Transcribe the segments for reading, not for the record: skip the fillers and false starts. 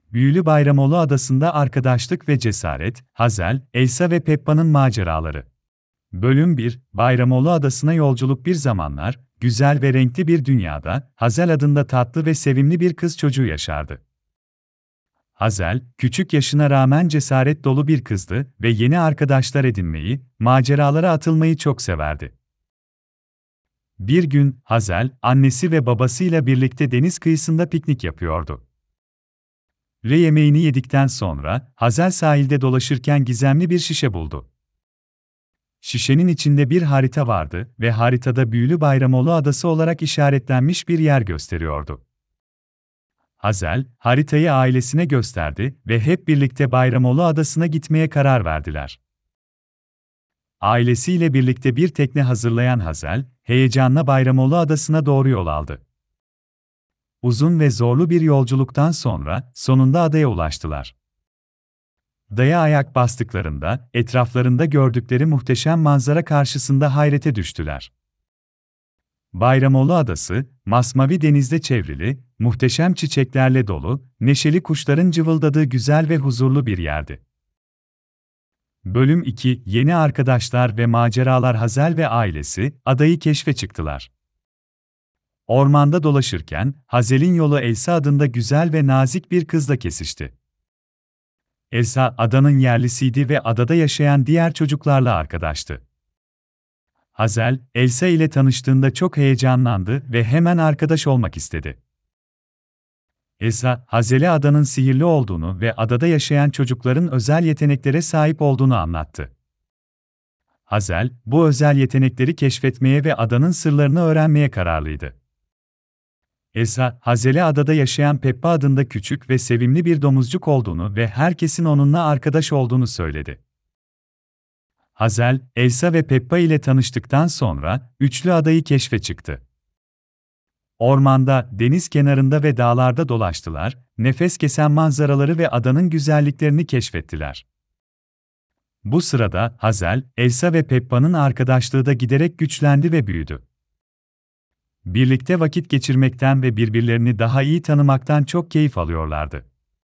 Büyülü Bayramoğlu Adası'nda arkadaşlık ve cesaret, Hazel, Elsa ve Peppa'nın maceraları. Bölüm 1, Bayramoğlu Adası'na yolculuk. Bir zamanlar, güzel ve renkli bir dünyada, Hazel adında tatlı ve sevimli bir kız çocuğu yaşardı. Hazel, küçük yaşına rağmen cesaret dolu bir kızdı ve yeni arkadaşlar edinmeyi, maceralara atılmayı çok severdi. Bir gün, Hazel, annesi ve babasıyla birlikte deniz kıyısında piknik yapıyordu. Yemeğini yedikten sonra, Hazel sahilde dolaşırken gizemli bir şişe buldu. Şişenin içinde bir harita vardı ve haritada Büyülü Bayramoğlu Adası olarak işaretlenmiş bir yer gösteriyordu. Hazel, haritayı ailesine gösterdi ve hep birlikte Bayramoğlu Adası'na gitmeye karar verdiler. Ailesiyle birlikte bir tekne hazırlayan Hazel, heyecanla Bayramoğlu Adası'na doğru yol aldı. Uzun ve zorlu bir yolculuktan sonra sonunda adaya ulaştılar. Daya ayak bastıklarında, etraflarında gördükleri muhteşem manzara karşısında hayrete düştüler. Bayramoğlu Adası, masmavi denizle çevrili, muhteşem çiçeklerle dolu, neşeli kuşların cıvıldadığı güzel ve huzurlu bir yerdi. Bölüm 2, Yeni arkadaşlar ve maceralar. Hazel ve ailesi, adayı keşfe çıktılar. Ormanda dolaşırken, Hazel'in yolu Elsa adında güzel ve nazik bir kızla kesişti. Elsa, adanın yerlisiydi ve adada yaşayan diğer çocuklarla arkadaştı. Hazel, Elsa ile tanıştığında çok heyecanlandı ve hemen arkadaş olmak istedi. Elsa, Hazel'e adanın sihirli olduğunu ve adada yaşayan çocukların özel yeteneklere sahip olduğunu anlattı. Hazel, bu özel yetenekleri keşfetmeye ve adanın sırlarını öğrenmeye kararlıydı. Elsa, Hazel'e adada yaşayan Peppa adında küçük ve sevimli bir domuzcuk olduğunu ve herkesin onunla arkadaş olduğunu söyledi. Hazel, Elsa ve Peppa ile tanıştıktan sonra üçlü adayı keşfe çıktı. Ormanda, deniz kenarında ve dağlarda dolaştılar, nefes kesen manzaraları ve adanın güzelliklerini keşfettiler. Bu sırada Hazel, Elsa ve Peppa'nın arkadaşlığı da giderek güçlendi ve büyüdü. Birlikte vakit geçirmekten ve birbirlerini daha iyi tanımaktan çok keyif alıyorlardı.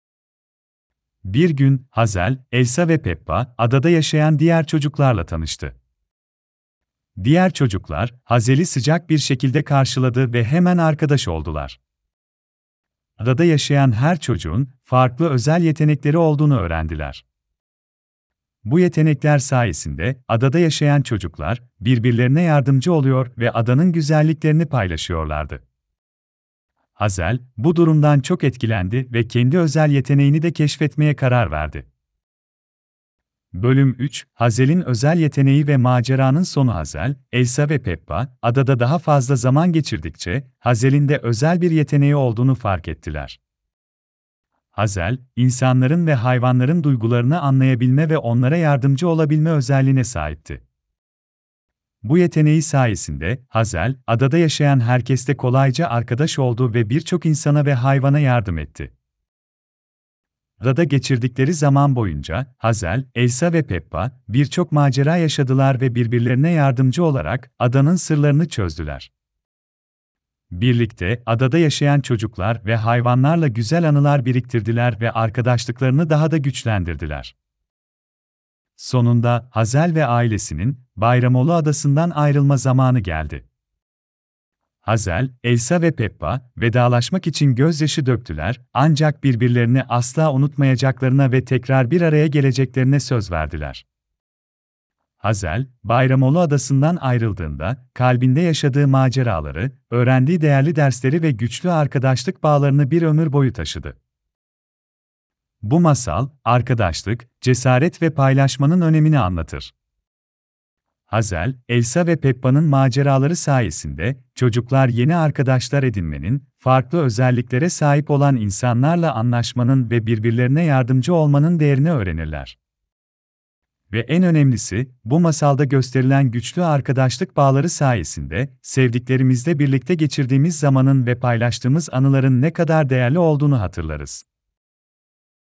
Bir gün, Hazel, Elsa ve Peppa, adada yaşayan diğer çocuklarla tanıştı. Diğer çocuklar, Hazel'i sıcak bir şekilde karşıladı ve hemen arkadaş oldular. Adada yaşayan her çocuğun, farklı özel yetenekleri olduğunu öğrendiler. Bu yetenekler sayesinde, adada yaşayan çocuklar, birbirlerine yardımcı oluyor ve adanın güzelliklerini paylaşıyorlardı. Hazel, bu durumdan çok etkilendi ve kendi özel yeteneğini de keşfetmeye karar verdi. Bölüm 3, Hazel'in özel yeteneği ve maceranın sonu. Hazel, Elsa ve Peppa, adada daha fazla zaman geçirdikçe, Hazel'in de özel bir yeteneği olduğunu fark ettiler. Hazel, insanların ve hayvanların duygularını anlayabilme ve onlara yardımcı olabilme özelliğine sahipti. Bu yeteneği sayesinde, Hazel, adada yaşayan herkesle kolayca arkadaş oldu ve birçok insana ve hayvana yardım etti. Adada geçirdikleri zaman boyunca, Hazel, Elsa ve Peppa, birçok macera yaşadılar ve birbirlerine yardımcı olarak, adanın sırlarını çözdüler. Birlikte, adada yaşayan çocuklar ve hayvanlarla güzel anılar biriktirdiler ve arkadaşlıklarını daha da güçlendirdiler. Sonunda, Hazel ve ailesinin, Bayramoğlu Adası'ndan ayrılma zamanı geldi. Hazel, Elsa ve Peppa, vedalaşmak için gözyaşı döktüler, ancak birbirlerini asla unutmayacaklarına ve tekrar bir araya geleceklerine söz verdiler. Hazel, Bayramoğlu Adası'ndan ayrıldığında, kalbinde yaşadığı maceraları, öğrendiği değerli dersleri ve güçlü arkadaşlık bağlarını bir ömür boyu taşıdı. Bu masal, arkadaşlık, cesaret ve paylaşmanın önemini anlatır. Hazel, Elsa ve Peppa'nın maceraları sayesinde, çocuklar yeni arkadaşlar edinmenin, farklı özelliklere sahip olan insanlarla anlaşmanın ve birbirlerine yardımcı olmanın değerini öğrenirler. Ve en önemlisi, bu masalda gösterilen güçlü arkadaşlık bağları sayesinde, sevdiklerimizle birlikte geçirdiğimiz zamanın ve paylaştığımız anıların ne kadar değerli olduğunu hatırlarız.